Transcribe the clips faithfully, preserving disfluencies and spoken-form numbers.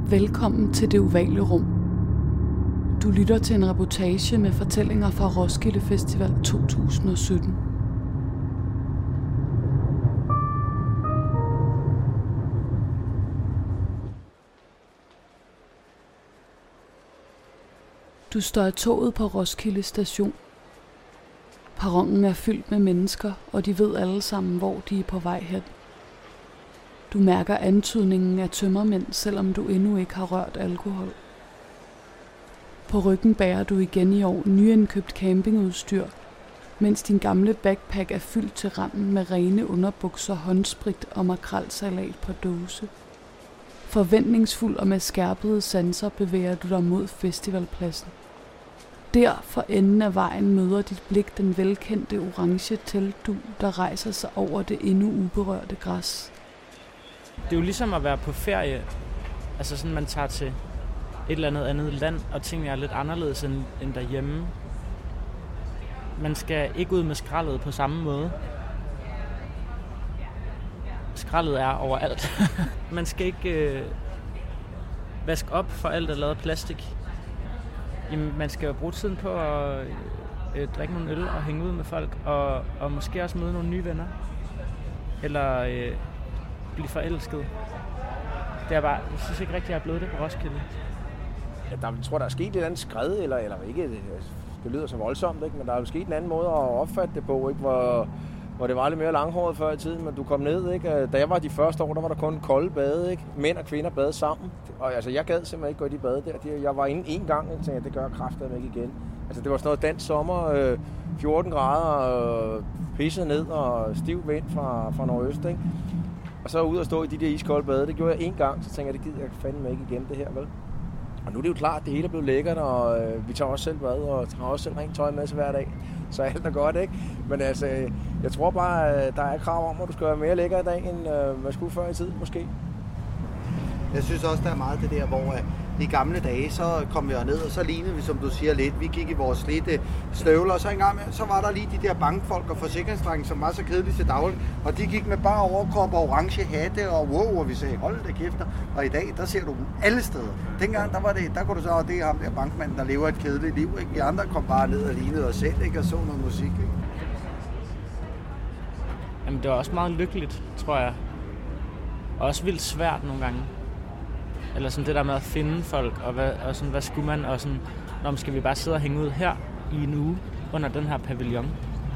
Velkommen til Det Ovale Rum. Du lytter til en reportage med fortællinger fra Roskilde Festival to tusind og sytten. Du står i toget på Roskilde Station. Perronen er fyldt med mennesker, og de ved alle sammen, hvor de er på vej hen. Du mærker antydningen af tømmermænd, selvom du endnu ikke har rørt alkohol. På ryggen bærer du igen i år nyindkøbt campingudstyr, mens din gamle backpack er fyldt til randen med rene underbukser, håndsprit og makrelsalat på dåse. Forventningsfuld og med skærpede sanser bevæger du dig mod festivalpladsen. Der for enden af vejen møder dit blik den velkendte orange teltdug, der rejser sig over det endnu uberørte græs. Det er jo ligesom at være på ferie. Altså sådan, man tager til et eller andet andet land, og tingene er lidt anderledes end, end derhjemme. Man skal ikke ud med skraldet på samme måde. Skraldet er overalt. Man skal ikke øh, vaske op for alt, der er lavet af plastik. Jamen, man skal jo bruge tiden på at øh, drikke nogle øl og hænge ud med folk, og, og måske også møde nogle nye venner. Eller øh, blive forelsket. Det er bare, jeg synes ikke rigtigt, jeg er blevet det på Roskilde. Ja, der, jeg tror, der er sket et eller andet skred, eller, eller ikke, det, det lyder så voldsomt, ikke? Men der er jo sket en anden måde at opfatte det på, ikke? Hvor, hvor det var lidt mere langhåret før i tiden, men du kom ned, ikke? Da jeg var de første år, der var der kun kolde bade, ikke? Mænd og kvinder bade sammen. Og altså, jeg gad simpelthen ikke gå i de bade der. Jeg var inde en gang, og tænkte, det gør jeg kraftedeme ikke igen. Altså, det var sådan noget dansk sommer, øh, fjorten grader, øh, pisset ned og stiv vind fra, fra nordøst, ikke? Og så ud og stå i de der iskolde bade, det gjorde jeg en gang, så tænkte jeg, det gider jeg fandme ikke igen, det her, vel? Og nu er det jo klart, at det hele er blevet lækkert, og øh, vi tager også selv bad, og har også selv rent tøj med til hver dag. Så alt er godt, ikke? Men altså, jeg tror bare, at der er krav om, at du skal være mere lækker i dag, end øh, man skulle før i tiden, måske. Jeg synes også, der er meget det der, hvor i gamle dage, så kom vi ned, og så lignede vi, som du siger, lidt. Vi gik i vores slidte støvler, og så engang med, så var der lige de der bankfolk og forsikringsdrenge, som var så kedelige til daglig. Og de gik med bare overkrop og orange hatte, og wow, og vi sagde, hold da kæft. Og i dag, der ser du dem alle steder. Dengang, der var det, der kunne du så, og det er ham der bankmanden, der lever et kedeligt liv, ikke? Vi andre kom bare ned og lignede os selv, ikke? Og så noget musik, ikke? Jamen, det var også meget lykkeligt, tror jeg. Og også vildt svært nogle gange. Eller sådan det der med at finde folk, og hvad, og sådan, hvad skulle man, og sådan, når skal vi bare sidde og hænge ud her i en uge under den her pavillon.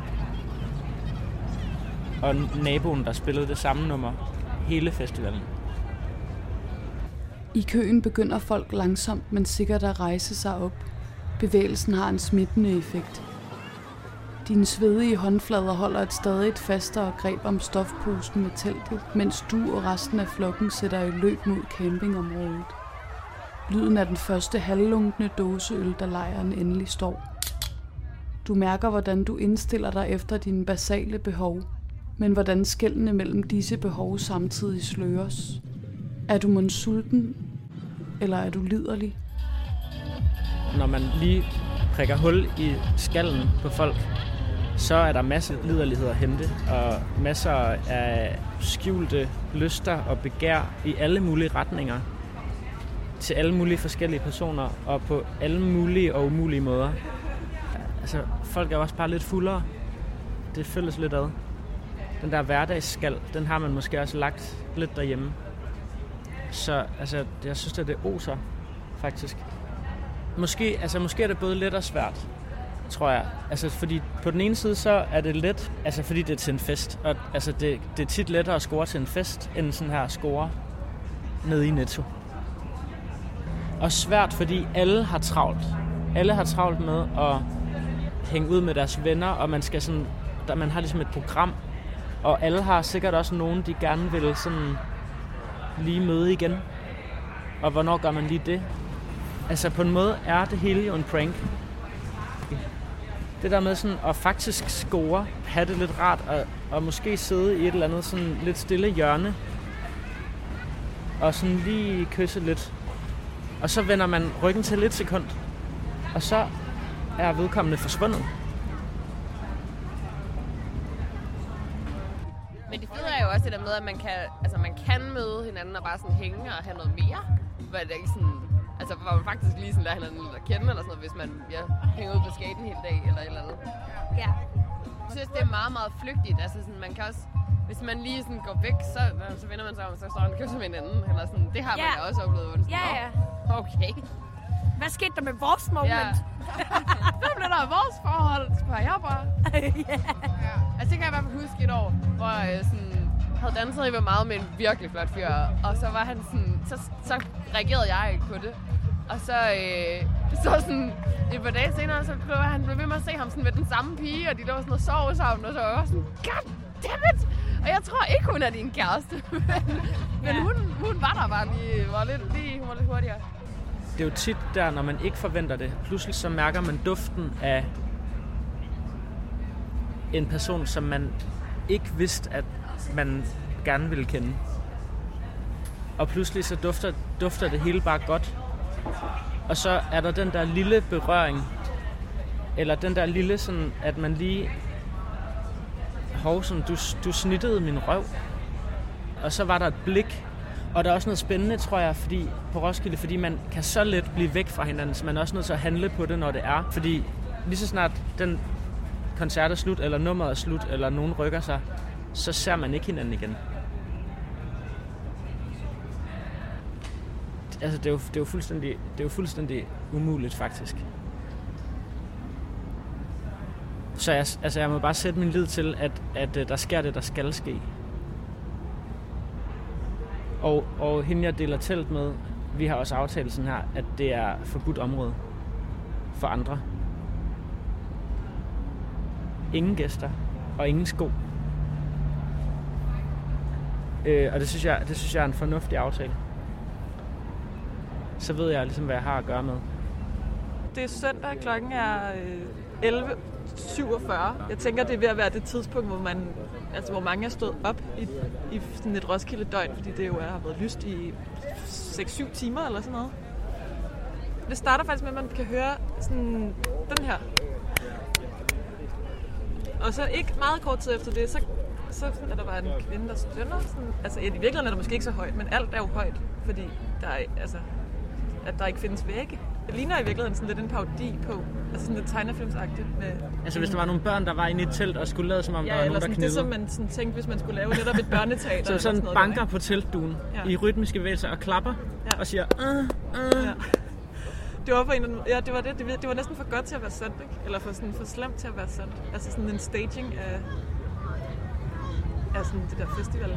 Og naboen, der spillede det samme nummer hele festivalen. I køen begynder folk langsomt, men sikkert at rejse sig op. Bevægelsen har en smittende effekt. Dine svedige håndflader holder et stadigt fastere greb om stofposen med teltet, mens du og resten af flokken sætter i løb mod campingområdet. Lyden af den første halvlunkne dåseøl, da lejren endelig står. Du mærker, hvordan du indstiller dig efter dine basale behov, men hvordan skelne mellem disse behov samtidig sløres. Er du mon sulten, eller er du liderlig? Når man lige prikker hul i skallen på folk, så er der masser af liderlighed at hente, og masser af skjulte lyster og begær i alle mulige retninger, til alle mulige forskellige personer, og på alle mulige og umulige måder. Altså, folk er også bare lidt fuldere. Det føles lidt ad. Den der hverdagsskal, den har man måske også lagt lidt derhjemme. Så altså, jeg synes, at det oser, faktisk. Måske, altså, måske er det både let og svært, tror jeg. Altså, fordi på den ene side, så er det let, altså fordi det er til en fest. Og altså, det, det er tit lettere at score til en fest, end sådan her at score nede i Netto. Og svært, fordi alle har travlt. Alle har travlt med at hænge ud med deres venner, og man skal sådan, der, man har ligesom et program, og alle har sikkert også nogen, de gerne vil sådan lige møde igen. Og hvornår gør man lige det? Altså, på en måde er det hele jo en prank. Det der med sådan at faktisk score, have det lidt rart, og, og måske sidde i et eller andet sådan lidt stille hjørne, og sådan lige kysse lidt. Og så vender man ryggen til lidt sekund, og så er vedkommende forsvundet. Men det fede er jo også det der med, at man kan, altså man kan møde hinanden og bare sådan hænge og have noget mere. var det ikke sådan... Altså, var man faktisk lige sådan, der hinanden lidt at kende, eller sådan noget, hvis man ja, hænger ud på skaten hele dag, eller et eller andet. Ja. Jeg synes, det er meget, meget flygtigt. Altså, sådan, man kan også... Hvis man lige sådan går væk, så, så vender man sig om, så står han og kysser med hinanden. Eller sådan. Det har man ja. da også oplevet. Sådan, ja, ja. Okay. Hvad skete der med vores moment? Ja. Hvad blev der af vores forhold? Spørger jeg bare. ja. Ja. Altså, det kan jeg i hvert fald huske et år, hvor jeg sådan, havde danset i meget med en virkelig flot fyr. Og så var han sådan... Så, så reagerede jeg ikke på det. Og så, øh, så sådan et par dage senere, så blev han blev ved med at se ham sådan med den samme pige, og de lå sådan og sov sammen, og så var jeg sådan, god damn it! Og jeg tror ikke, hun er din kæreste, men, men ja. hun, hun var der bare lige, var lidt, lige, hun var lidt hurtigere. Det er jo tit der, når man ikke forventer det. Pludselig så mærker man duften af en person, som man ikke vidste, at man gerne ville kende. Og pludselig så dufter, dufter det hele bare godt. Og så er der den der lille berøring, eller den der lille sådan, at man lige... Hov, sådan, du, du snittede min røv. Og så var der et blik. Og der er også noget spændende, tror jeg, fordi, på Roskilde, fordi man kan så let blive væk fra hinanden, så man er også nødt til at handle på det, når det er. Fordi lige så snart den koncert er slut, eller nummeret er slut, eller nogen rykker sig, så ser man ikke hinanden igen. Altså, det er jo, det er jo, fuldstændig, det er jo fuldstændig umuligt, faktisk. Så jeg, altså, jeg må bare sætte min lid til, at, at, at der sker det, der skal ske. Og, og hende, jeg deler telt med, vi har også aftalt sådan her, at det er forbudt område for andre. Ingen gæster og ingen sko. Øh, og det synes, jeg, det synes jeg er en fornuftig aftale. Så ved jeg ligesom, hvad jeg har at gøre med. Det er søndag, klokken er elleve syvogfyrre. Jeg tænker, det er ved at være det tidspunkt, hvor man, altså hvor mange er stået op i, i sådan et Roskilde-døgn, fordi det jo er, har været lyst i seks syv timer eller sådan noget. Det starter faktisk med, at man kan høre sådan den her. Og så ikke meget kort tid efter det, så, så er der bare en kvinde, der stønner. Sådan, altså i virkeligheden er det måske ikke så højt, men alt er jo højt, fordi der er, altså, at der ikke findes vægge. Det ligner i virkeligheden sådan lidt en parodi på, altså sådan lidt tegnefilmsagtigt med... Altså hvis der var nogle børn, der var inde i et telt og skulle lade som om, ja, der var nogen, der knidede. Ja, eller sådan det, som man sådan tænkte, hvis man skulle lave netop et børneteater. Så sådan, sådan noget, banker på teltduen ja. I rytmiske bevægelser og klapper ja. Og siger... Uh, uh. Ja. Det var, for en, ja, det var det. Det var næsten for godt til at være sandt, ikke? Eller for, sådan, for slemt til at være sandt. Altså sådan en staging af, af sådan det der festival.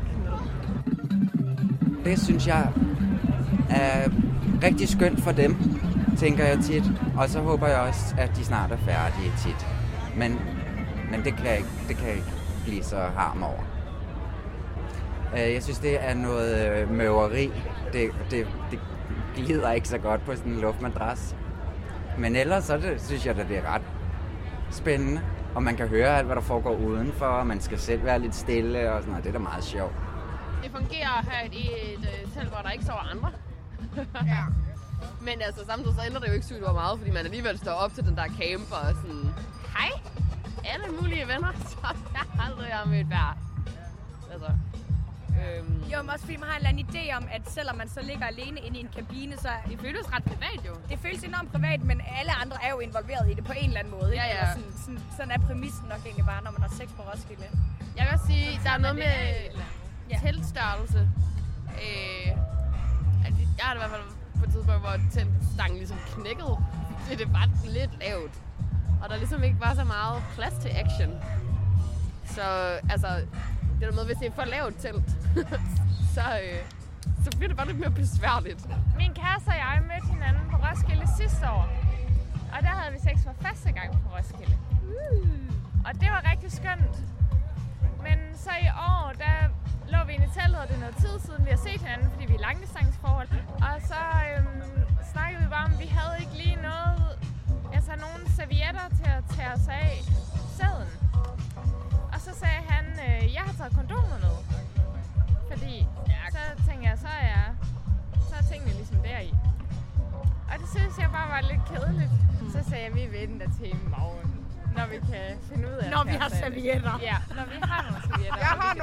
Det synes jeg er rigtig skønt for dem, tænker jeg tit. Og så håber jeg også, at de snart er færdige tit. Men, men det, kan jeg ikke, det kan jeg ikke blive så harm over. Jeg synes, det er noget møveri. Det, det, det glider ikke så godt på sådan en luftmadras. Men ellers så det, synes jeg, at det er ret spændende. Og man kan høre alt, hvad der foregår udenfor, og man skal selv være lidt stille og sådan noget. Det er da meget sjovt. Det fungerer her i et telt, hvor der ikke sover andre. Ja. Men altså, samtidig så ændrer det jo ikke super meget, fordi man alligevel står op til den der camper og sådan, hej, alle mulige venner, som jeg aldrig har mødt hver. Altså, øhm. Jo, men også fordi man har en eller anden idé om, at selvom man så ligger alene inde i en kabine, så... Det føles ret privat jo. Det føles enormt privat, men alle andre er jo involveret i det på en eller anden måde. Ja, ja. Sådan, sådan, sådan er præmissen nok egentlig bare, når man har sex på Roskilde. Jeg vil også sige, der er noget med ja. teltstørrelse. Øh, jeg har det i hvert fald på et tidspunkt, hvor teltstangen ligesom knækkede. Det er bare lidt lavt. Og der ligesom ikke var så meget plads til action. Så altså, det er noget, hvis det er for lavt telt, så, øh, så bliver det bare lidt mere besværligt. Min kæreste og jeg mødte hinanden på Roskilde sidste år. Og der havde vi sex for første gang på Roskilde. Uh. Og det var rigtig skønt. Men så i år, der lå vi inde i teltet, og det er noget tid siden, vi har set hinanden, fordi vi er i langdistanceforhold. Og så øhm, snakkede vi bare om, at vi havde ikke lige noget, altså nogle servietter til at tage os af sæden. Og så sagde han, øh, jeg har taget kondomer med. Fordi så tænkte jeg, så er, jeg, så er tingene ligesom deri. Og det synes jeg bare var lidt kedeligt. Så sagde jeg, vi venter til i morgen, når vi kan finde ud af Når det. vi har servietter. Ja, når vi har nogle servietter. Jeg har nogle med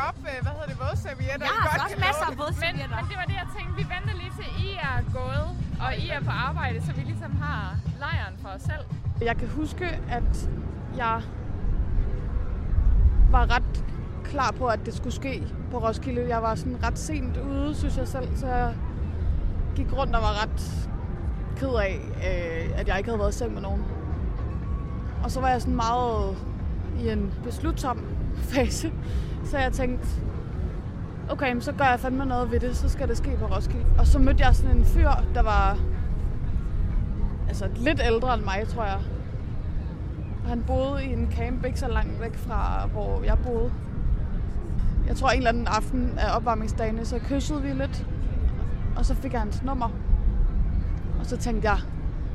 op, hvad hedder det, vådservietter? Jeg har også masser af vådservietter. Men, men det var det, jeg tænkte. Vi venter lige til I er gået, og I er på arbejde, så vi ligesom har lejren for os selv. Jeg kan huske, at jeg var ret klar på, at det skulle ske på Roskilde. Jeg var sådan ret sent ude, synes jeg selv, så jeg gik rundt og var ret ked af, øh, at jeg ikke havde været i seng med nogen. Og så var jeg sådan meget i en beslutsom fase, så jeg tænkte, okay, så gør jeg fandme noget ved det, så skal det ske på Roskilde. Og så mødte jeg sådan en fyr, der var altså lidt ældre end mig, tror jeg. Han boede i en camp ikke så langt væk fra, hvor jeg boede. Jeg tror en eller anden aften af opvarmningsdagene, så kyssede vi lidt. Og så fik jeg hans nummer. Og så tænkte jeg,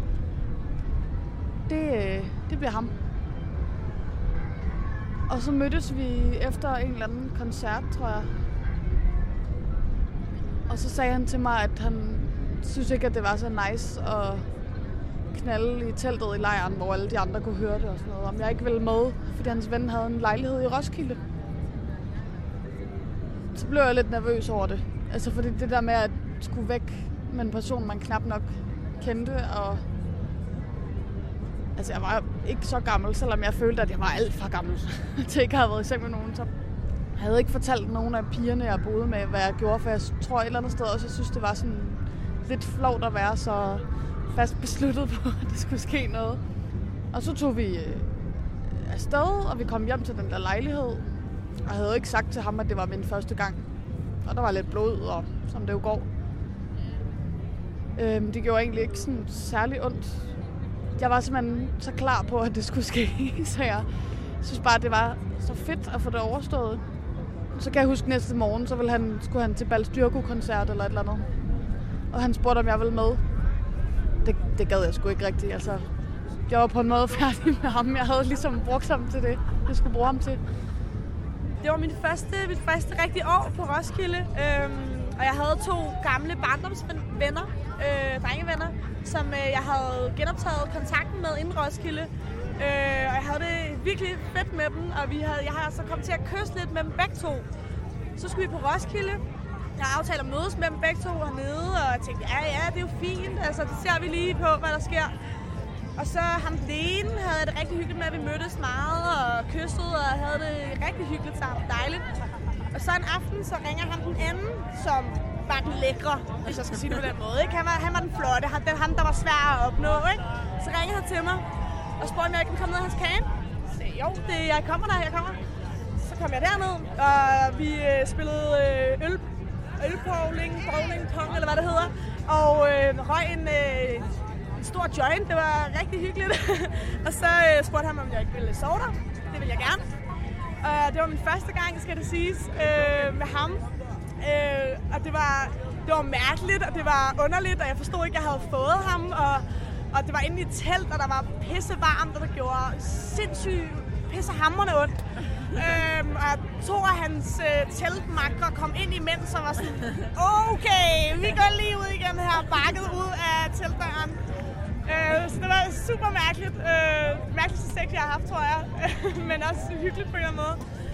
det, det bliver ham. Og så mødtes vi efter en eller anden koncert, tror jeg. Og så sagde han til mig, at han synes ikke, at det var så nice at knalde i teltet i lejren, hvor alle de andre kunne høre det og sådan noget. Om jeg ikke ville med, fordi hans ven havde en lejlighed i Roskilde. Så blev jeg lidt nervøs over det. Altså fordi det der med at skulle væk med en person, man knap nok kendte. Og altså jeg var ikke så gammel, selvom jeg følte, at jeg var alt for gammel til ikke at have været i seng med nogen. Så jeg havde ikke fortalt nogen af pigerne, jeg boede med, hvad jeg gjorde. For jeg tror et eller andet sted også, jeg synes, det var sådan lidt flovt at være så fast besluttet på, at der skulle ske noget. Og så tog vi afsted, og vi kom hjem til den der lejlighed. Og jeg havde ikke sagt til ham, at det var min første gang. Og der var lidt blod, og som det jo går. Øhm, det gjorde egentlig ikke sådan særlig ondt. Jeg var simpelthen så klar på, at det skulle ske, så jeg synes bare, at det var så fedt at få det overstået. Så kan jeg huske næste morgen, så ville han, skulle han til Balstyrko-koncert eller et eller andet. Og han spurgte, om jeg ville med. Det, det gad jeg sgu ikke rigtigt. Altså, jeg var på en måde færdig med ham. Jeg havde ligesom brugt ham til det, jeg skulle bruge ham til. Det var min første, mit første rigtige år på Roskilde. Øhm, og jeg havde to gamle barndomsvenner, øh, drengevenner, som øh, jeg havde genoptaget kontakten med inden Roskilde. Øh, og jeg havde det virkelig fedt med dem, og vi havde, jeg har altså kommet til at kysse lidt med dem begge to. Så skulle vi på Roskilde. Jeg har aftalt at mødes med dem begge to hernede, og jeg tænkte, ja, ja, det er jo fint. Altså, det ser vi lige på, hvad der sker. Og så ham Lene havde det rigtig hyggeligt med, at vi mødtes meget og kyssede, og havde det rigtig hyggeligt sammen. Dejligt. Og så en aften, så ringer han den anden, som var den lækre, hvis jeg skal sige det på den måde. Ikke? Han, var, han var den flotte, han, den, ham, der var svær at opnå. Ikke? Så ringede han til mig og spurgte, om jeg ikke kunne komme ned i hans camp. Så sagde jo, det, jeg kommer der, jeg kommer. Så kom jeg derned, og vi øh, spillede øh, øl, ølbowling, bowling, pong, eller hvad det hedder. Og øh, røg en... Øh, En stor joint, det var rigtig hyggeligt. Og så øh, spurgte han, om jeg ikke ville sove der. Det ville jeg gerne. Og det var min første gang, skal det siges, øh, med ham. Øh, og det var, det var mærkeligt, og det var underligt, og jeg forstod ikke, at jeg havde fået ham. Og, og det var inde i et telt, og der var pisse varmt, og der gjorde sindssygt pissehamrende ondt. Øh, og to af hans øh, teltmakre kom ind imens og var sådan, okay, vi går lige ud igen her, bakket ud af teltdøren. Øh, så det var super mærkeligt. Øh, mærkeligste sex, jeg har haft, tror jeg. Men også hyggeligt på en eller anden måde.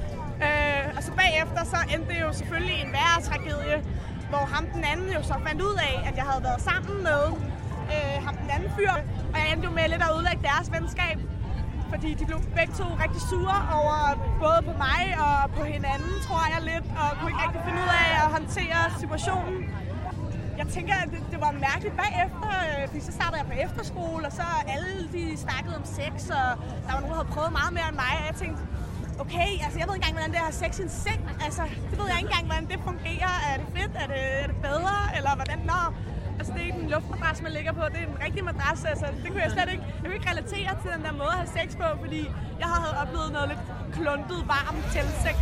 Øh, og så bagefter, så endte det jo selvfølgelig en værre tragedie, hvor ham den anden jo så fandt ud af, at jeg havde været sammen med øh, ham den anden fyr. Og jeg endte jo med lidt at udlægge deres venskab. Fordi de blev begge to rigtig sure over både på mig og på hinanden, tror jeg lidt. Og kunne ikke rigtig finde ud af at håndtere situationen. Jeg tænker, at det, det var mærkeligt bagefter, fordi så startede jeg på efterskole, og så alle de snakkede om sex, og der var nogen, der havde prøvet meget mere end mig, og jeg tænkte, okay, altså jeg ved ikke engang, hvordan det er at have sex i en seng, altså det ved jeg ikke engang, hvordan det fungerer, er det fedt, er det, er det bedre, eller hvordan, nå, altså det er ikke en luftmadras, man ligger på, det er en rigtig madras, altså det kunne jeg slet ikke, jeg kunne ikke relatere til den der måde at have sex på, fordi jeg havde oplevet noget lidt kluntet, varmt teltsex.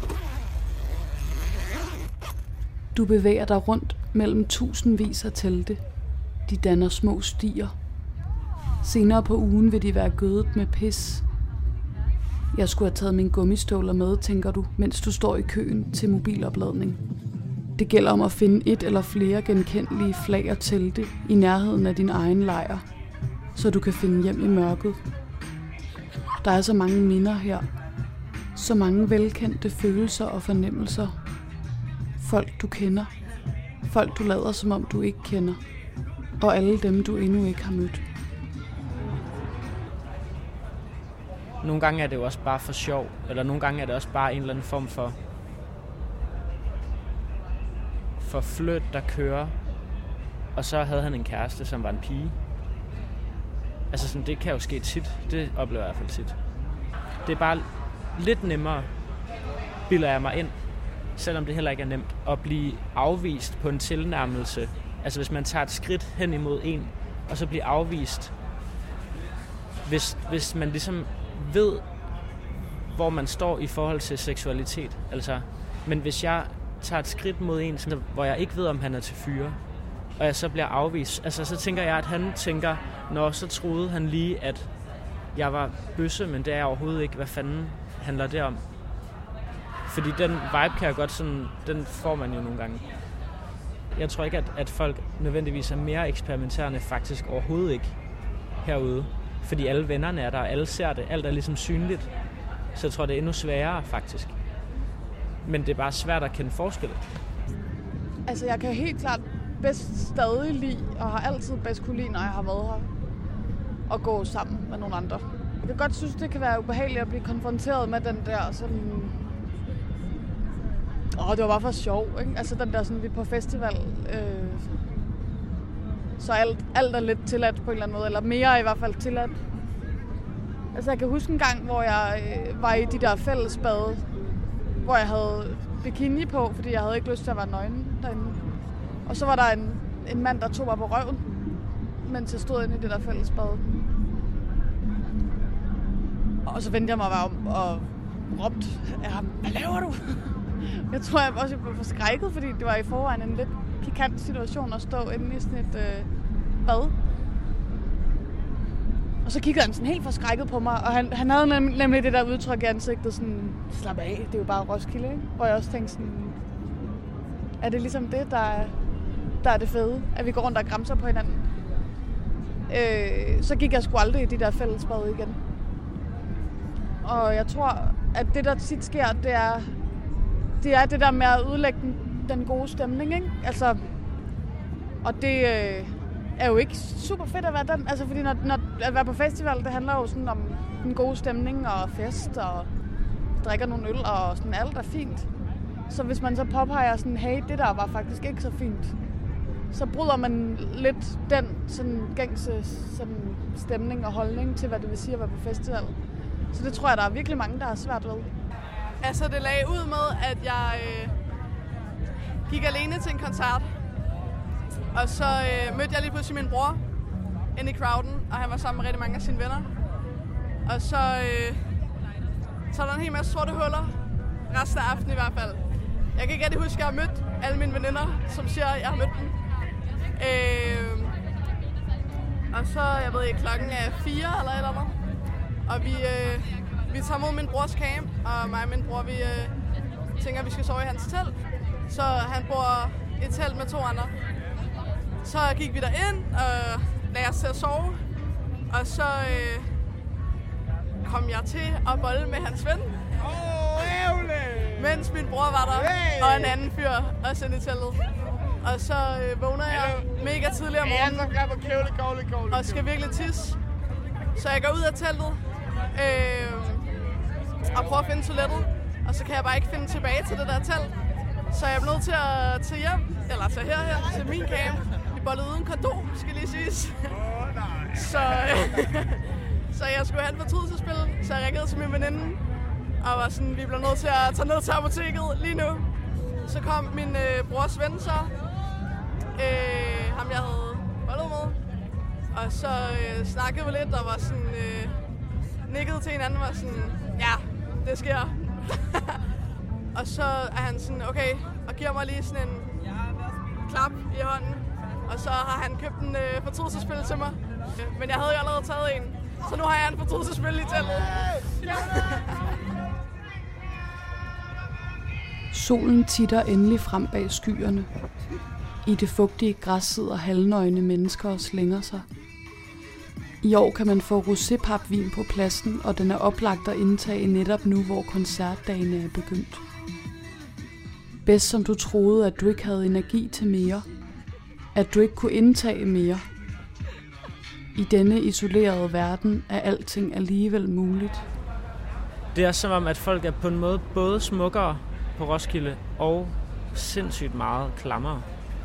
Du bevæger dig rundt mellem tusindvis af telte. De danner små stier. Senere på ugen vil de være gødet med pis. Jeg skulle have taget mine gummistøvler med, tænker du, mens du står i køen til mobilopladning. Det gælder om at finde et eller flere genkendelige flag og telte i nærheden af din egen lejr, så du kan finde hjem i mørket. Der er så mange minder her. Så mange velkendte følelser og fornemmelser. Folk du kender. Folk du lader som om du ikke kender. Og alle dem du endnu ikke har mødt. Nogle gange er det jo også bare for sjov, eller nogle gange er det også bare en eller anden form for for flirt, der kører. Og så havde han en kæreste, som var en pige. Altså sådan, det kan jo ske tit. Det oplever jeg i hvert fald tit. Det er bare lidt nemmere, bilder jeg mig ind, selvom det heller ikke er nemt, at blive afvist på en tilnærmelse. Altså hvis man tager et skridt hen imod en, og så bliver afvist. Hvis, hvis man ligesom ved, hvor man står i forhold til seksualitet. Altså, men hvis jeg tager et skridt mod en, hvor jeg ikke ved, om han er til fyre, og jeg så bliver afvist, altså så tænker jeg, at han tænker, når så troede han lige, at jeg var bøsse, men det er jeg overhovedet ikke. Hvad fanden handler det om? Fordi den vibe kan jeg godt sådan, den får man jo nogle gange. Jeg tror ikke, at, at folk nødvendigvis er mere eksperimenterende faktisk overhovedet ikke herude. Fordi alle vennerne er der, alle ser det, alt er ligesom synligt. Så jeg tror, det er endnu sværere faktisk. Men det er bare svært at kende forskel. Altså, jeg kan helt klart bedst stadig lide, og har altid bedst kunne lide, når jeg har været her, og gå sammen med nogle andre. Jeg kan godt synes, det kan være ubehageligt at blive konfronteret med den der sådan... Åh, det var bare for sjov, ikke? Altså den der sådan, vi er på festival, øh... så alt, alt er lidt tilladt på en eller anden måde, eller mere i hvert fald tilladt. Altså jeg kan huske en gang, hvor jeg øh, var i de der fællesbade, hvor jeg havde bikini på, fordi jeg havde ikke lyst til at være nøgen derinde. Og så var der en, en mand, der tog mig på røven, mens jeg stod inde i det der fællesbade. Og så vendte jeg mig bare om og råbte af ham, hvad laver du? Jeg tror jeg også, jeg blev forskrækket, fordi det var i forvejen en lidt pikant situation at stå inde i sådan et øh, bad. Og så kiggede han sådan helt forskrækket på mig, og han, han havde nemlig det der udtryk i ansigtet, sådan, slap af, det er jo bare Roskilde, ikke? Hvor jeg også tænkte sådan, er det ligesom det, der er, der er det fede, at vi går rundt og gramser på hinanden? Øh, så gik jeg sgu aldrig i de der fællesbade igen. Og jeg tror, at det der tit sker, det er det, er det der med at udlægge den, den gode stemning, ikke? Altså, og det øh, er jo ikke super fedt at være den, altså fordi når, når at være på festival, det handler jo sådan om den gode stemning og fest og drikker nogle øl og sådan alt er fint. Så hvis man så påpeger sådan, hey, det der var faktisk ikke så fint, så bryder man lidt den sådan gængse sådan stemning og holdning til, hvad det vil sige at være på festival. Så det tror jeg, der er virkelig mange, der har svært ved. Altså, det lagde ud med, at jeg øh, gik alene til en koncert. Og så øh, mødte jeg lige pludselig min bror inde i crowden, og han var sammen med rigtig mange af sine venner. Og så, øh, så er der en hel masse sorte huller, resten af aftenen i hvert fald. Jeg kan ikke rigtig huske, at jeg har mødt alle mine veninder, som siger, at jeg har mødt dem. Øh, og så, jeg ved ikke, klokken er fire eller et eller andet. Og vi, øh, vi tager mod min brors camp, og mig og min bror, vi øh, tænker, at vi skal sove i hans telt. Så han bor i et telt med to andre. Så gik vi derind og lagde os til at sove. Og så øh, kom jeg til at bolle med hans ven. Mens min bror var der, og en anden fyr også inde i teltet. Og så øh, vågner jeg mega tidligt om morgenen og skal virkelig tisse. Så jeg går ud af teltet øh, og prøver at finde toilettet. Og så kan jeg bare ikke finde tilbage til det der telt. Så jeg er nødt til at tage hjem, eller tage herhen til min camp. Vi bollede uden kondom, skal lige siges. så, øh, så jeg skulle have et fortrydelsesspil, så jeg ringede til min veninde. Og var sådan, vi blev nødt til at tage ned til apoteket lige nu. Så kom min øh, brors ven så, øh, ham jeg havde bollet med. Og så øh, snakkede vi lidt og var sådan, øh, nikkede til hinanden og var sådan, ja, det sker. Og så er han sådan, okay, og giver mig lige sådan en klap i hånden. Og så har han købt en øh, fortrydelsesspil til mig. Men jeg havde jo allerede taget en, så nu har jeg en fortrydelsesspil i teltet. Solen titter endelig frem bag skyerne. I det fugtige græs sidder halvnøgne mennesker og slænger sig. I år kan man få rosépapvin på pladsen, og den er oplagt at indtage netop nu, hvor koncertdagene er begyndt. Bedst som du troede, at du ikke havde energi til mere. At du ikke kunne indtage mere. I denne isolerede verden er alting alligevel muligt. Det er som om, at folk er på en måde både smukkere på Roskilde og sindssygt meget klammere.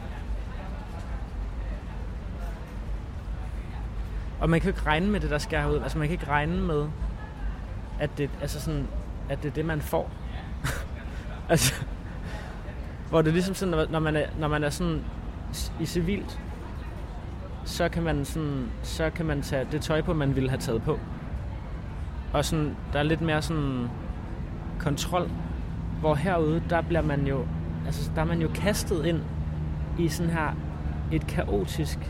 Og man kan jo ikke regne med det, der sker herude. Altså man kan ikke regne med, at det, altså sådan, at det er det, man får. altså, hvor det er ligesom sådan, når man er, når man er sådan i civilt, så kan man sådan, så kan man tage det tøj på, man ville have taget på. Og sådan, der er lidt mere sådan kontrol, hvor herude, der bliver man jo, altså der er man jo kastet ind i sådan her et kaotisk,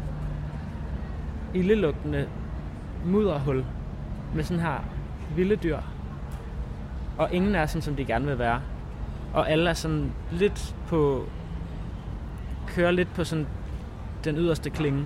ildelugtende mudderhul med sådan her vilde dyr. Og ingen er sådan, som de gerne vil være. Og alle er sådan lidt på, kører lidt på sådan den yderste klinge.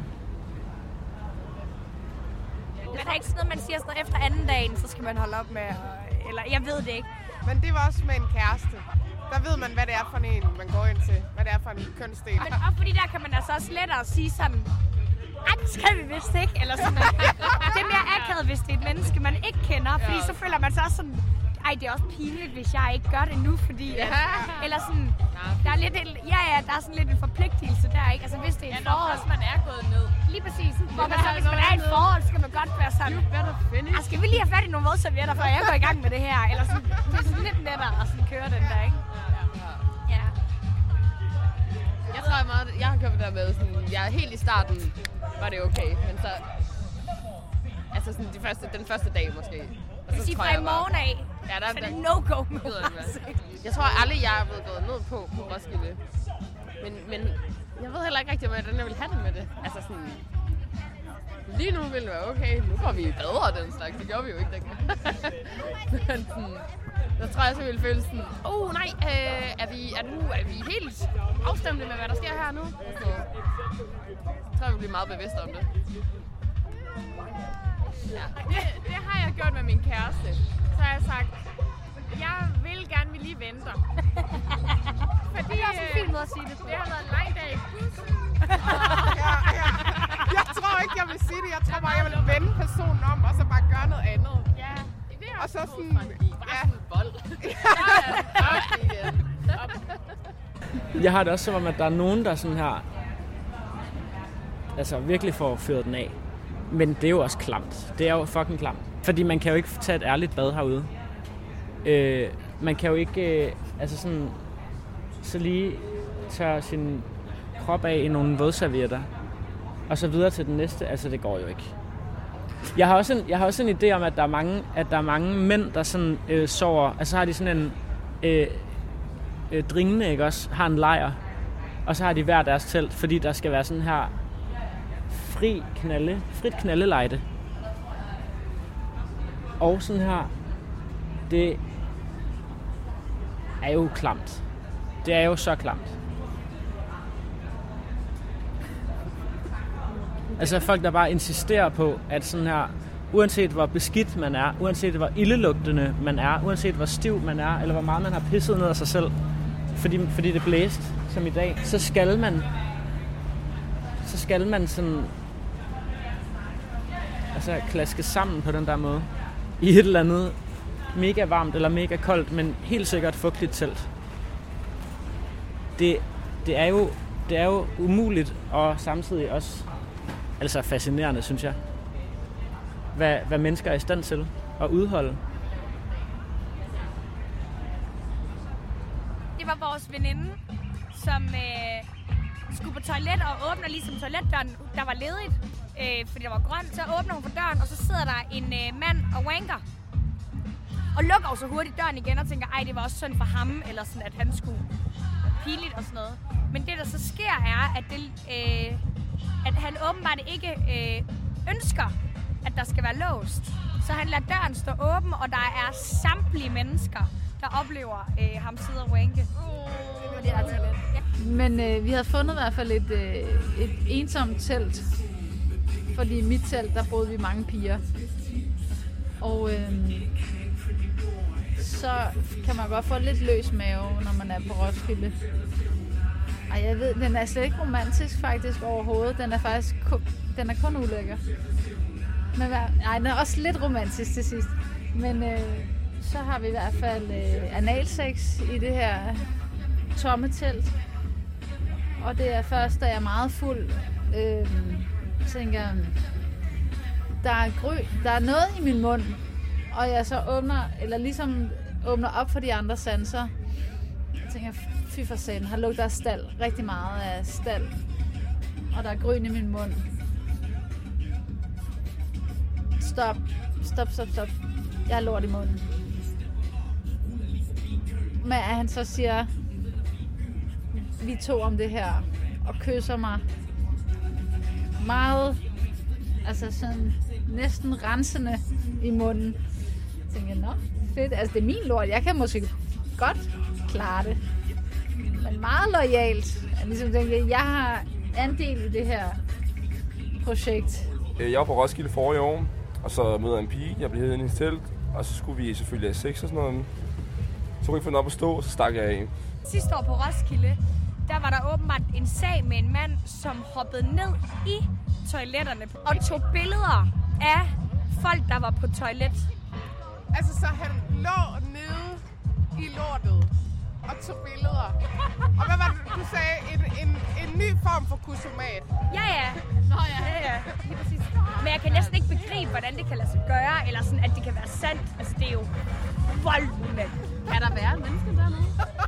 Men der er ikke sådan noget, man siger sådan noget, efter anden dagen, så skal man holde op med, eller jeg ved det ikke. Men det var også med en kæreste. Der ved man, hvad det er for en, man går ind til. Hvad det er for en kønsdel. Men også fordi der kan man altså også lettere sige sådan, ej, det skal vi vist ikke, eller sådan noget. Det er mere akavet, hvis det er et menneske, man ikke kender, fordi så føler man sig også sådan, ej, det er også pinligt, hvis jeg ikke gør det nu, fordi... Ja. At, eller sådan, der er lidt, ja, ja, der er sådan lidt en forpligtelse der, ikke? Altså, hvis det er et ja, forhold... Ja, man er gået ned. Lige præcis. Hvor man så, hvis man er i et forhold, skal man godt være sådan... Ah, skal vi lige have fat i nogle vådservietter, før jeg går i gang med det her? Eller sådan, det er sådan lidt lettere at sådan køre den der, ikke? Ja. Jeg tror jeg meget, jeg har købt det der med sådan... Jeg er helt i starten, var det okay, men så... Altså sådan de første, den første dag måske. Jeg vil sige fra i morgen af, ja, der, så er det no-go med Jeg tror aldrig, jeg er blevet gået ned på på Roskilde. Men, men jeg ved heller ikke rigtig, hvordan jeg vil have det med det. Altså sådan... Lige nu ville det være okay. Nu går vi i bad og den slags. Det gjorde vi jo ikke dengang. Men sådan... Så tror jeg, så ville føle sådan... Åh oh, nej, øh, er, vi, er, nu, er vi helt afstemte med, hvad der sker her nu? Så jeg tror jeg, vi bliver meget bevidste om det. Ja. Det, det har jeg gjort med min kæreste. Så har jeg sagt, jeg vil gerne, vi lige venter. Fordi det er også en fin måde at sige det. Det har været en lang dag i bussen. ja, ja. Jeg tror ikke, jeg vil sige det. Jeg tror bare, jeg vil vende personen om, og så bare gøre noget andet. Ja, det er og så sådan... Bare sådan en bold. Jeg har det også som om, at der er nogen, der sådan her... Altså virkelig får fyret den af. Men det er jo også klamt. Det er jo fucking klamt. Fordi man kan jo ikke tage et ærligt bad herude. Øh, man kan jo ikke øh, altså sådan, så lige tørre sin krop af i nogle vådservietter. Og så videre til den næste. Altså det går jo ikke. Jeg har også en, jeg har også en idé om, at der er mange, at der er mange mænd, der sådan øh, sover. Altså har de sådan en øh, øh, dringende, ikke også? Har en lejr. Og så har de hver deres telt, fordi der skal være sådan her fri knalde, frit knaldelejde. Og sådan her, det er jo klamt. Det er jo så klamt. Altså folk, der bare insisterer på, at sådan her, uanset hvor beskidt man er, uanset hvor ildelugtende man er, uanset hvor stiv man er, eller hvor meget man har pisset ned af sig selv, fordi, fordi det blæste, som i dag, så skal man, så skal man sådan, altså klaske sammen på den der måde, i et eller andet mega varmt eller mega koldt, men helt sikkert fugtigt telt. Det, det, er jo, det er jo umuligt, og samtidig også altså fascinerende, synes jeg, hvad, hvad mennesker er i stand til at udholde. Det var vores veninde, som øh, skulle på toilet og åbner ligesom toiletdøren, der var ledigt, øh, fordi der var grønt. Så åbner hun for døren, og så sidder der en øh, mand og wanker. Og lukker jo så hurtigt døren igen og tænker, ej, det var også synd for ham, eller sådan, at han skulle pinligt og sådan noget. Men det, der så sker, er, at, det, øh, at han åbenbart ikke øh, ønsker, at der skal være låst. Så han lader døren stå åben, og der er samtlige mennesker, der oplever øh, ham sidde og wanke. Oh, det er altså lidt. Ja. Men øh, vi havde fundet i hvert fald et, øh, et ensomt telt fordi i mit telt, der boede vi mange piger. Og øhm, så kan man godt få lidt løs mave, når man er på Roskilde. Og jeg ved, den er slet ikke romantisk faktisk overhovedet. Den er faktisk kun, den er kun ulækker. Men, nej, den er også lidt romantisk til sidst. Men øh, så har vi i hvert fald øh, analsex i det her tomme telt. Og det er først, da jeg er meget fuld, øh, tænker jeg, der er gry, der er noget i min mund, og jeg så åbner, eller ligesom åbner op for de andre sanser. Jeg tænker, fy for satan, har lugter af stald, rigtig meget af stald, og der er gryn i min mund. Stop, stop, stop, stop. Jeg har lort i munden. Men at han så siger, vi to om det her, og kysser mig meget, altså sådan næsten rensende i munden. Jeg tænker, nå, fedt, altså det er min lort, jeg kan måske godt klare det. Men meget loyalt. Jeg ligesom tænker, jeg har andel i det her projekt. Jeg var på Roskilde forrige år, og så mødte jeg en pige, jeg blev hævet ind i et telt, og så skulle vi selvfølgelig have sex og sådan noget. Så kunne jeg få den op at stå, og så stak jeg af. Sidste år på Roskilde, der var der åbenbart en sag med en mand, som hoppede ned i toiletterne og tog billeder af folk, der var på toilet. Altså, så han lå nede i lortet og tog billeder. Og hvad var det, du sagde? En, en, en ny form for kusomat? Ja, ja. Nå ja. Ja, ja. Lige præcis. Men jeg kan næsten ikke begribe, hvordan det kan lade sig gøre, eller sådan, at det kan være sandt. Altså, det er jo voldeligt. Kan der være mennesker dernede?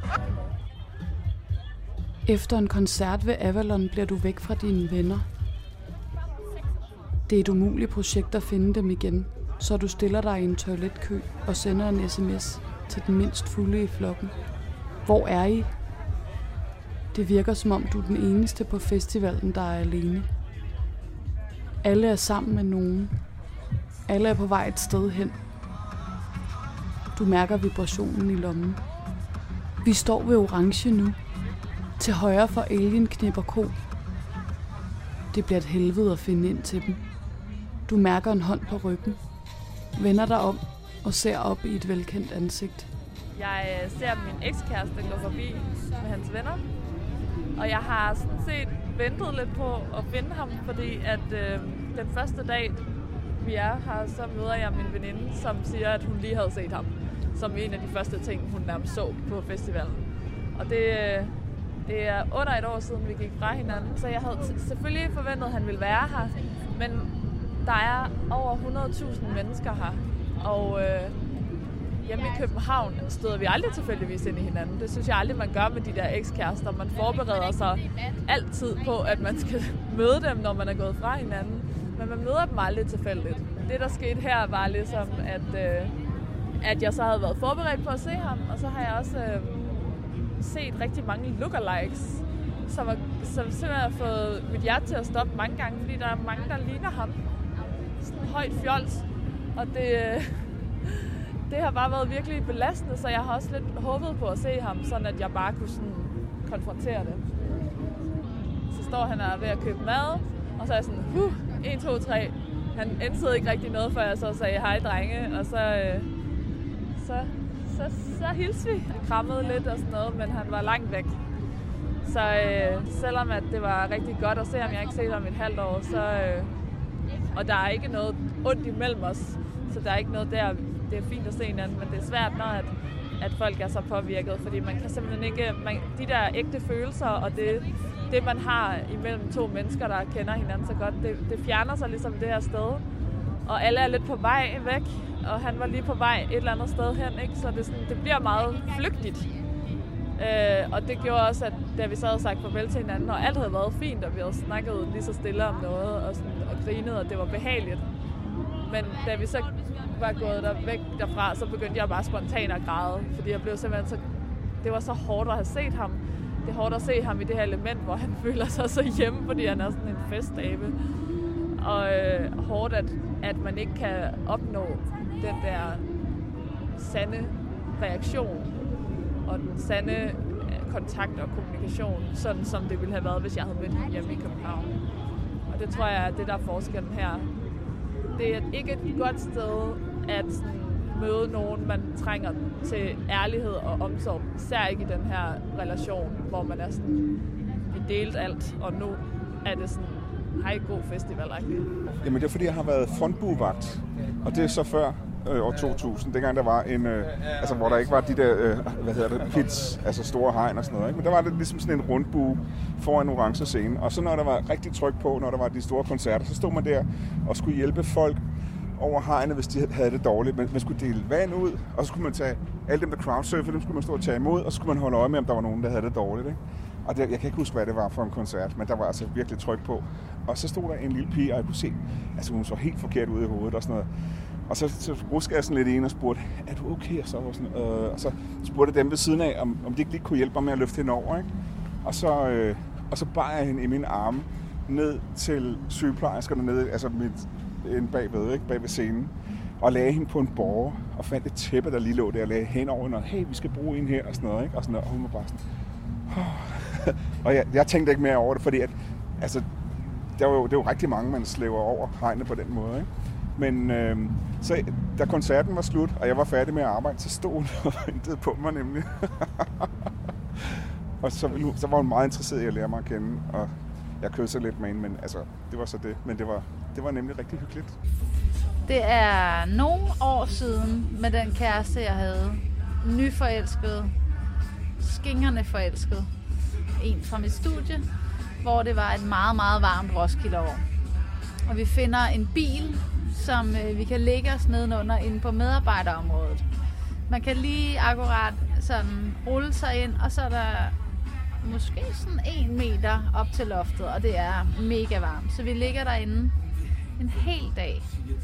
Efter en koncert ved Avalon bliver du væk fra dine venner. Det er et umuligt projekt at finde dem igen, så du stiller dig i en toiletkø og sender en sms til den mindst fulde i flokken. Hvor er I? Det virker som om du er den eneste på festivalen, der er alene. Alle er sammen med nogen. Alle er på vej et sted hen. Du mærker vibrationen i lommen. Vi står ved Orange nu. Til højre for Alien Knipper Ko. Det bliver et helvede at finde ind til dem. Du mærker en hånd på ryggen. Vender dig om og ser op i et velkendt ansigt. Jeg ser min ekskæreste gå forbi med hans venner. Og jeg har sådan set ventet lidt på at finde ham, fordi at øh, den første dag, vi er her, så møder jeg min veninde, som siger, at hun lige havde set ham. Som en af de første ting, hun nærmest så på festivalen. Og det, det er under et år siden, vi gik fra hinanden, så jeg havde selvfølgelig forventet, at han ville være her. Men der er over hundrede tusind mennesker her, og øh, hjemme i København støder vi aldrig tilfældigvis ind i hinanden. Det synes jeg aldrig, man gør med de der ekskærester. Man forbereder sig altid på, at man skal møde dem, når man er gået fra hinanden. Men man møder dem aldrig tilfældigt. Det, der skete her, var ligesom, at, øh, at jeg så havde været forberedt på at se ham, og så har jeg også øh, set rigtig mange lookalikes, som, er, som simpelthen har fået mit hjerte til at stoppe mange gange, fordi der er mange, der ligner ham. Sådan højt fjols, og det, det har bare været virkelig belastende, så jeg har også lidt håbet på at se ham, sådan at jeg bare kunne sådan konfrontere det. Så står han og er ved at købe mad, og så er jeg sådan, huh, en, to, tre. Han indsede ikke rigtig noget, før jeg så sagde, hej drenge, og så, øh, så, så, så hilste vi. Vi krammede lidt og sådan noget, men han var langt væk. Så øh, selvom at det var rigtig godt at se ham, jeg har ikke set ham i et halvt år, så, øh, og der er ikke noget ondt imellem os, så der er ikke noget der, det er fint at se hinanden, men det er svært, når at, at folk er så påvirket, fordi man kan simpelthen ikke, man, de der ægte følelser, og det, det man har imellem to mennesker, der kender hinanden så godt, det, det fjerner sig ligesom det her sted, og alle er lidt på vej væk, og han var lige på vej et eller andet sted hen, ikke? Så det, sådan, det bliver meget flygtigt. Øh, og det gjorde også, at da vi så havde sagt farvel til hinanden, og alt havde været fint, og vi havde snakket lige så stille om noget, og, sådan, og grinet, og det var behageligt. Men da vi så var gået der væk derfra, så begyndte jeg bare spontant at græde, fordi jeg blev simpelthen så... Det var så hårdt at have set ham. Det er hårdt at se ham i det her element, hvor han føler sig så hjemme, fordi han er sådan en festabe. Og øh, hårdt, at, at man ikke kan opnå den der sande reaktion og den sande kontakt og kommunikation, sådan som det ville have været, hvis jeg havde mødt ham hjemme i København. Og det tror jeg er det, der er forskellen her. Det er ikke et godt sted at sådan, møde nogen, man trænger til ærlighed og omsorg. Især ikke i den her relation, hvor man er sådan, vi delt alt, og nu er det sådan, hej, god festival. Jamen det er fordi, jeg har været frontbuevagt, og det er så før øh, år to tusind, dengang der var en, øh, altså hvor der ikke var de der, øh, hvad hedder det, pits, altså store hegn og sådan noget, ikke? Men der var det ligesom sådan en rundbue foran en orange scene, og så når der var rigtig tryk på, når der var de store koncerter, så stod man der og skulle hjælpe folk over hegnet, hvis de havde det dårligt. Man, man skulle dele vand ud, og så skulle man tage alle dem, der crowdsurfede, dem skulle man stå og tage imod, og så skulle man holde øje med, om der var nogen, der havde det dårligt, ikke? Og det, jeg kan ikke huske, hvad det var for en koncert, men der var altså virkelig tryk på. Og så stod der en lille pige, og jeg kunne se, altså hun så helt forkert ud i hovedet og sådan noget. Og så, så ruskede jeg sådan lidt ind og spurgte, er du okay? Og så, var sådan, øh, og så spurgte dem ved siden af, om, om de ikke lige kunne hjælpe mig med at løfte hende over, ikke? Og så, øh, og så bar jeg hende i mine arme ned til sygeplejerskerne nede, altså mit, en bagved, ikke? Bag ved scenen. Og lagde hende på en borger, og fandt et tæppe, der lige lå der, og lagde hen over hende, og hey, vi skal bruge en her, og sådan noget, ikke? Og, sådan noget, og hun var bare sådan, og jeg, jeg tænkte ikke mere over det, fordi at, altså, der var jo, det er jo rigtig mange, man slæver over hegnet på den måde, ikke? Men øh, så da koncerten var slut, og jeg var færdig med at arbejde, så stod hun og ventede på mig nemlig. Og så, så var hun meget interesseret i at lære mig at kende, og jeg kyssede lidt med hende, men altså, det var så det. Men det var, det var nemlig rigtig hyggeligt. Det er nogle år siden med den kæreste, jeg havde. Nyforelsket. Skingerne forelsket. En fra mit studie, hvor det var et meget, meget varmt Roskilde-år. Og vi finder en bil, som øh, vi kan lægge os nedenunder inde på medarbejderområdet. Man kan lige akkurat sådan rulle sig ind, og så er der måske sådan en meter op til loftet, og det er mega varmt. Så vi ligger derinde en hel dag.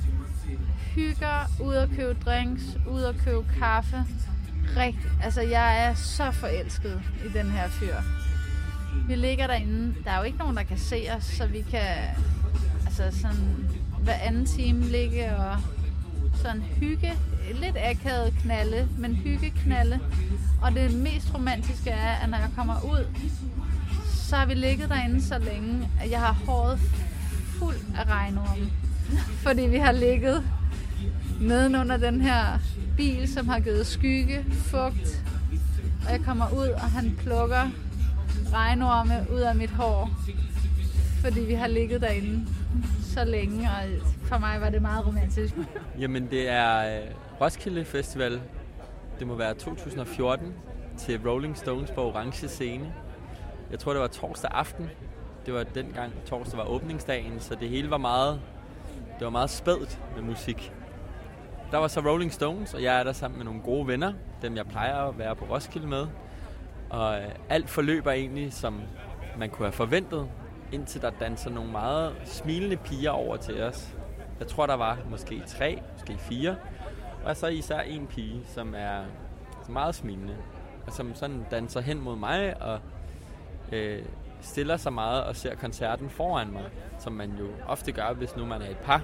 Hygger, ud at købe drinks, ud at købe kaffe. Rigtig, altså jeg er så forelsket i den her fyr. Vi ligger derinde, der er jo ikke nogen, der kan se os, så vi kan altså sådan hver anden time ligge og sådan hygge, lidt akavet knalde, men hygge knalde. Og det mest romantiske er, at når jeg kommer ud, så har vi ligget derinde så længe, at jeg har håret fuld af regnorme. Fordi vi har ligget nedenunder den her bil, som har givet skygge, fugt. Og jeg kommer ud, og han plukker regnorme ud af mit hår. Fordi vi har ligget derinde så længe, og for mig var det meget romantisk. Jamen det er Roskilde Festival. Det må være to tusind og fjorten til Rolling Stones på Orange Scene. Jeg tror det var torsdag aften. Det var dengang torsdag var åbningsdagen, så det hele var meget, det var meget spædt med musik. Der var så Rolling Stones, og jeg er der sammen med nogle gode venner, dem jeg plejer at være på Roskilde med. Og alt forløber egentlig, som man kunne have forventet, indtil der danser nogle meget smilende piger over til os. Jeg tror, der var måske tre, måske fire. Og så især en pige, som er meget smilende, og som sådan danser hen mod mig og øh, stiller sig meget og ser koncerten foran mig, som man jo ofte gør, hvis nu man er et par.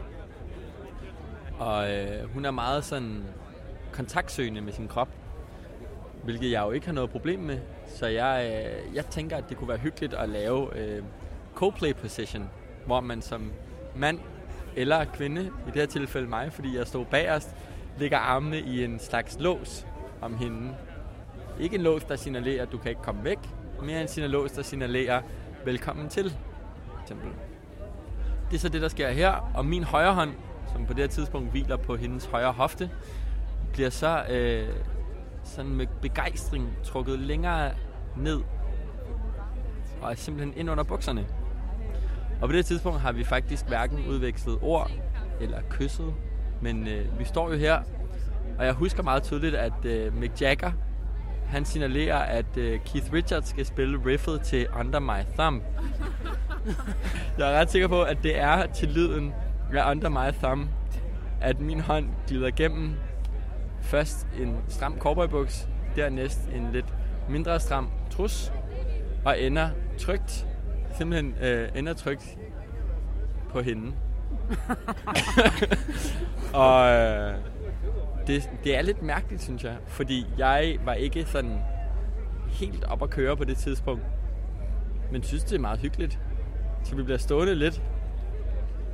Og øh, hun er meget sådan kontaktsøgende med sin krop, hvilket jeg jo ikke har noget problem med. Så jeg, øh, jeg tænker, at det kunne være hyggeligt at lave øh, co-play position, hvor man som mand eller kvinde, i det her tilfælde mig, fordi jeg stod bagerst, lægger armene i en slags lås om hende. Ikke en lås, der signalerer, at du kan ikke komme væk, mere en signalås, der signalerer, velkommen til. Eksempel. Det er så det, der sker her, og min højre hånd, som på det her tidspunkt hviler på hendes højre hofte, bliver så øh, sådan med begejstring trukket længere ned og er simpelthen ind under bukserne. Og på det tidspunkt har vi faktisk hverken udvekslet ord eller kysset, men øh, vi står jo her, og jeg husker meget tydeligt, at øh, Mick Jagger, han signalerer, at øh, Keith Richards skal spille riffet til Under My Thumb. Jeg er ret sikker på, at det er til lyden af Under My Thumb, at min hånd glider gennem først en stram cowboybuks, dernæst en lidt mindre stram trus, og ender trygt, simpelthen øh, ender trygt på hende. Og øh, det, det er lidt mærkeligt, synes jeg, fordi jeg var ikke sådan helt op at køre på det tidspunkt, men synes, det er meget hyggeligt. Så vi bliver stående lidt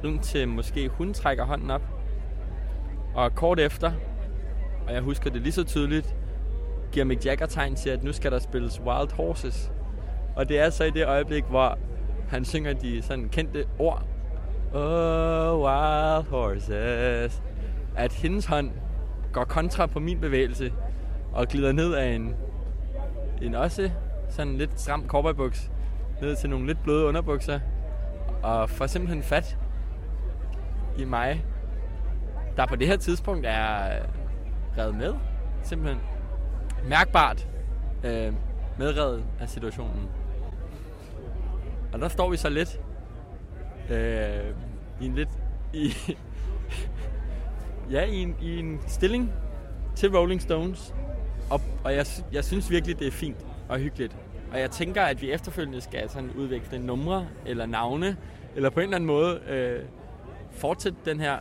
indtil måske hun trækker hånden op. Og kort efter, og jeg husker det lige så tydeligt, giver Mick Jagger tegn til, at nu skal der spilles Wild Horses. Og det er så i det øjeblik, hvor han synger de sådan kendte ord. Oh, wild horses. At hendes hånd går kontra på min bevægelse og glider ned af en, en også sådan lidt stram cowboybuks ned til nogle lidt bløde underbukser og får simpelthen fat i mig, der på det her tidspunkt er revet med. Simpelthen mærkbart øh, medrevet af situationen. Og der står vi så lidt øh, i en lidt i ja, i en, i en stilling til Rolling Stones. Og, og jeg, jeg synes virkelig, det er fint og hyggeligt. Og jeg tænker, at vi efterfølgende skal sådan udveksle numre eller navne, eller på en eller anden måde øh, fortsætte den her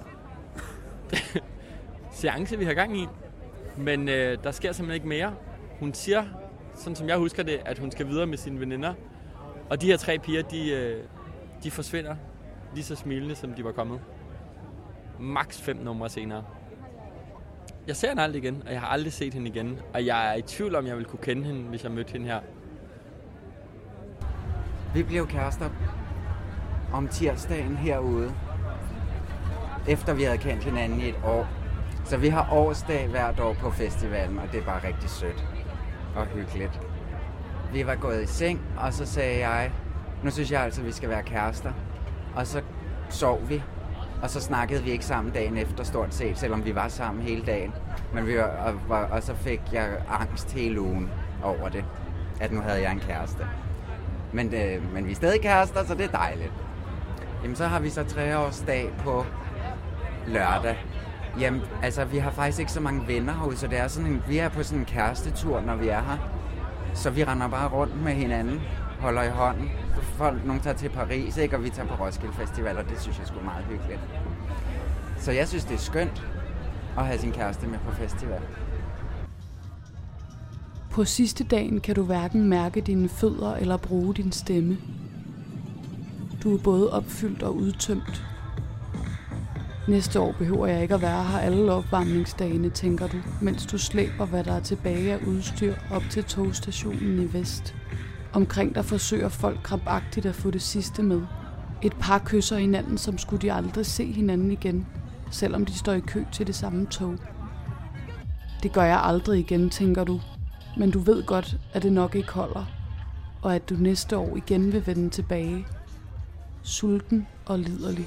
seance, vi har gang i. Men øh, der sker simpelthen ikke mere. Hun siger, sådan som jeg husker det, at hun skal videre med sine veninder. Og de her tre piger, de, øh, de forsvinder lige så smilende, som de var kommet. Max fem numre senere. Jeg ser hende aldrig igen, og jeg har aldrig set hende igen. Og jeg er i tvivl om, jeg ville kunne kende hende, hvis jeg mødte hende her. Vi blev kærester om tirsdagen herude, efter vi havde kendt hinanden i et år. Så vi har årsdag hvert år på festivalen, og det er bare rigtig sødt og hyggeligt. Vi var gået i seng, og så sagde jeg, nu synes jeg altså, vi skal være kærester. Og så sov vi, og så snakkede vi ikke sammen dagen efter stort set, selvom vi var sammen hele dagen. Men vi var, og, og så fik jeg angst hele ugen over det, at nu havde jeg en kæreste. Men, øh, men vi er stadig kærester, så det er dejligt. Jamen så har vi så treårsdag på lørdag. Jamen, altså vi har faktisk ikke så mange venner herude, så det er sådan en, vi er på sådan en kærestetur, når vi er her. Så vi render bare rundt med hinanden, holder i hånden. Folk, nogen tager til Paris, ikke? Og vi tager på Roskilde Festival, og det synes jeg sgu er meget hyggeligt. Så jeg synes, det er skønt at have sin kæreste med på festival. På sidste dagen kan du hverken mærke dine fødder eller bruge din stemme. Du er både opfyldt og udtømt. Næste år behøver jeg ikke at være her alle opvarmningsdagene, tænker du, mens du slæber, hvad der er tilbage af udstyr op til togstationen i vest. Omkring dig forsøger folk krampagtigt at få det sidste med. Et par kysser hinanden, som skulle de aldrig se hinanden igen, selvom de står i kø til det samme tog. Det gør jeg aldrig igen, tænker du, men du ved godt, at det nok ikke holder, og at du næste år igen vil vende tilbage. Sulten og liderlig.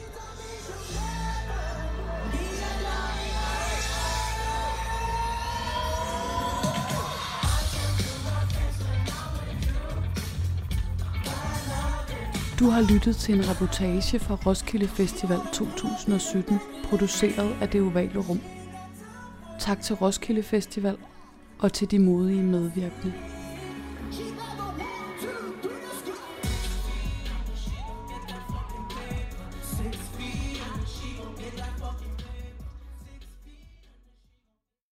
Du har lyttet til en reportage fra Roskilde Festival to tusind og sytten, produceret af Det Ovale Rum. Tak til Roskilde Festival og til de modige medvirkende.